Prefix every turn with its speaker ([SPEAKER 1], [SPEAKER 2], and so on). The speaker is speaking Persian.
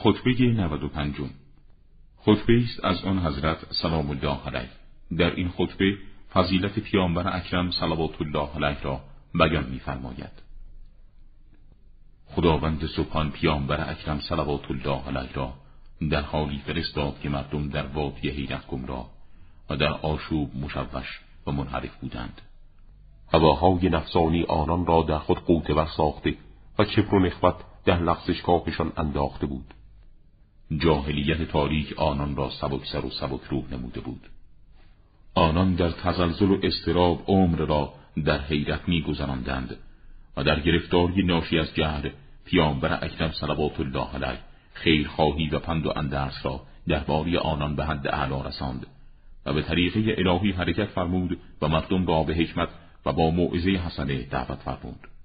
[SPEAKER 1] خطبه 95 خطبه است از آن حضرت سلام الله علیه. در این خطبه فضیلت پیامبر اکرم صلوات الله علیه را بیان می‌فرماید. خداوند سبحان پیامبر اکرم صلوات الله علیه را در حالی فرستاد که مردم در وادی حیرت گمراه و در آشوب مشوش و منحرف بودند. هواهای نفسانی آنان را در خود غوطه ور ساخته و کبر و نخوت در لغزشگاهشان انداخته بود. جاهلیت تاریک آنان را سبکسر و سبک روح نموده بود. آنان در تزلزل و اضطراب عمر را در حیرت می‌گذراندند و در گرفتاری ناشی از جهل پیامبر اکرم صلوات الله علیه خیرخواهی و پند و اندرس را درباره آنان به حد اعلی رساند و به طریقه الهی حرکت فرمود و مردم را به حکمت و با موعظه حسنه دعوت فرمود.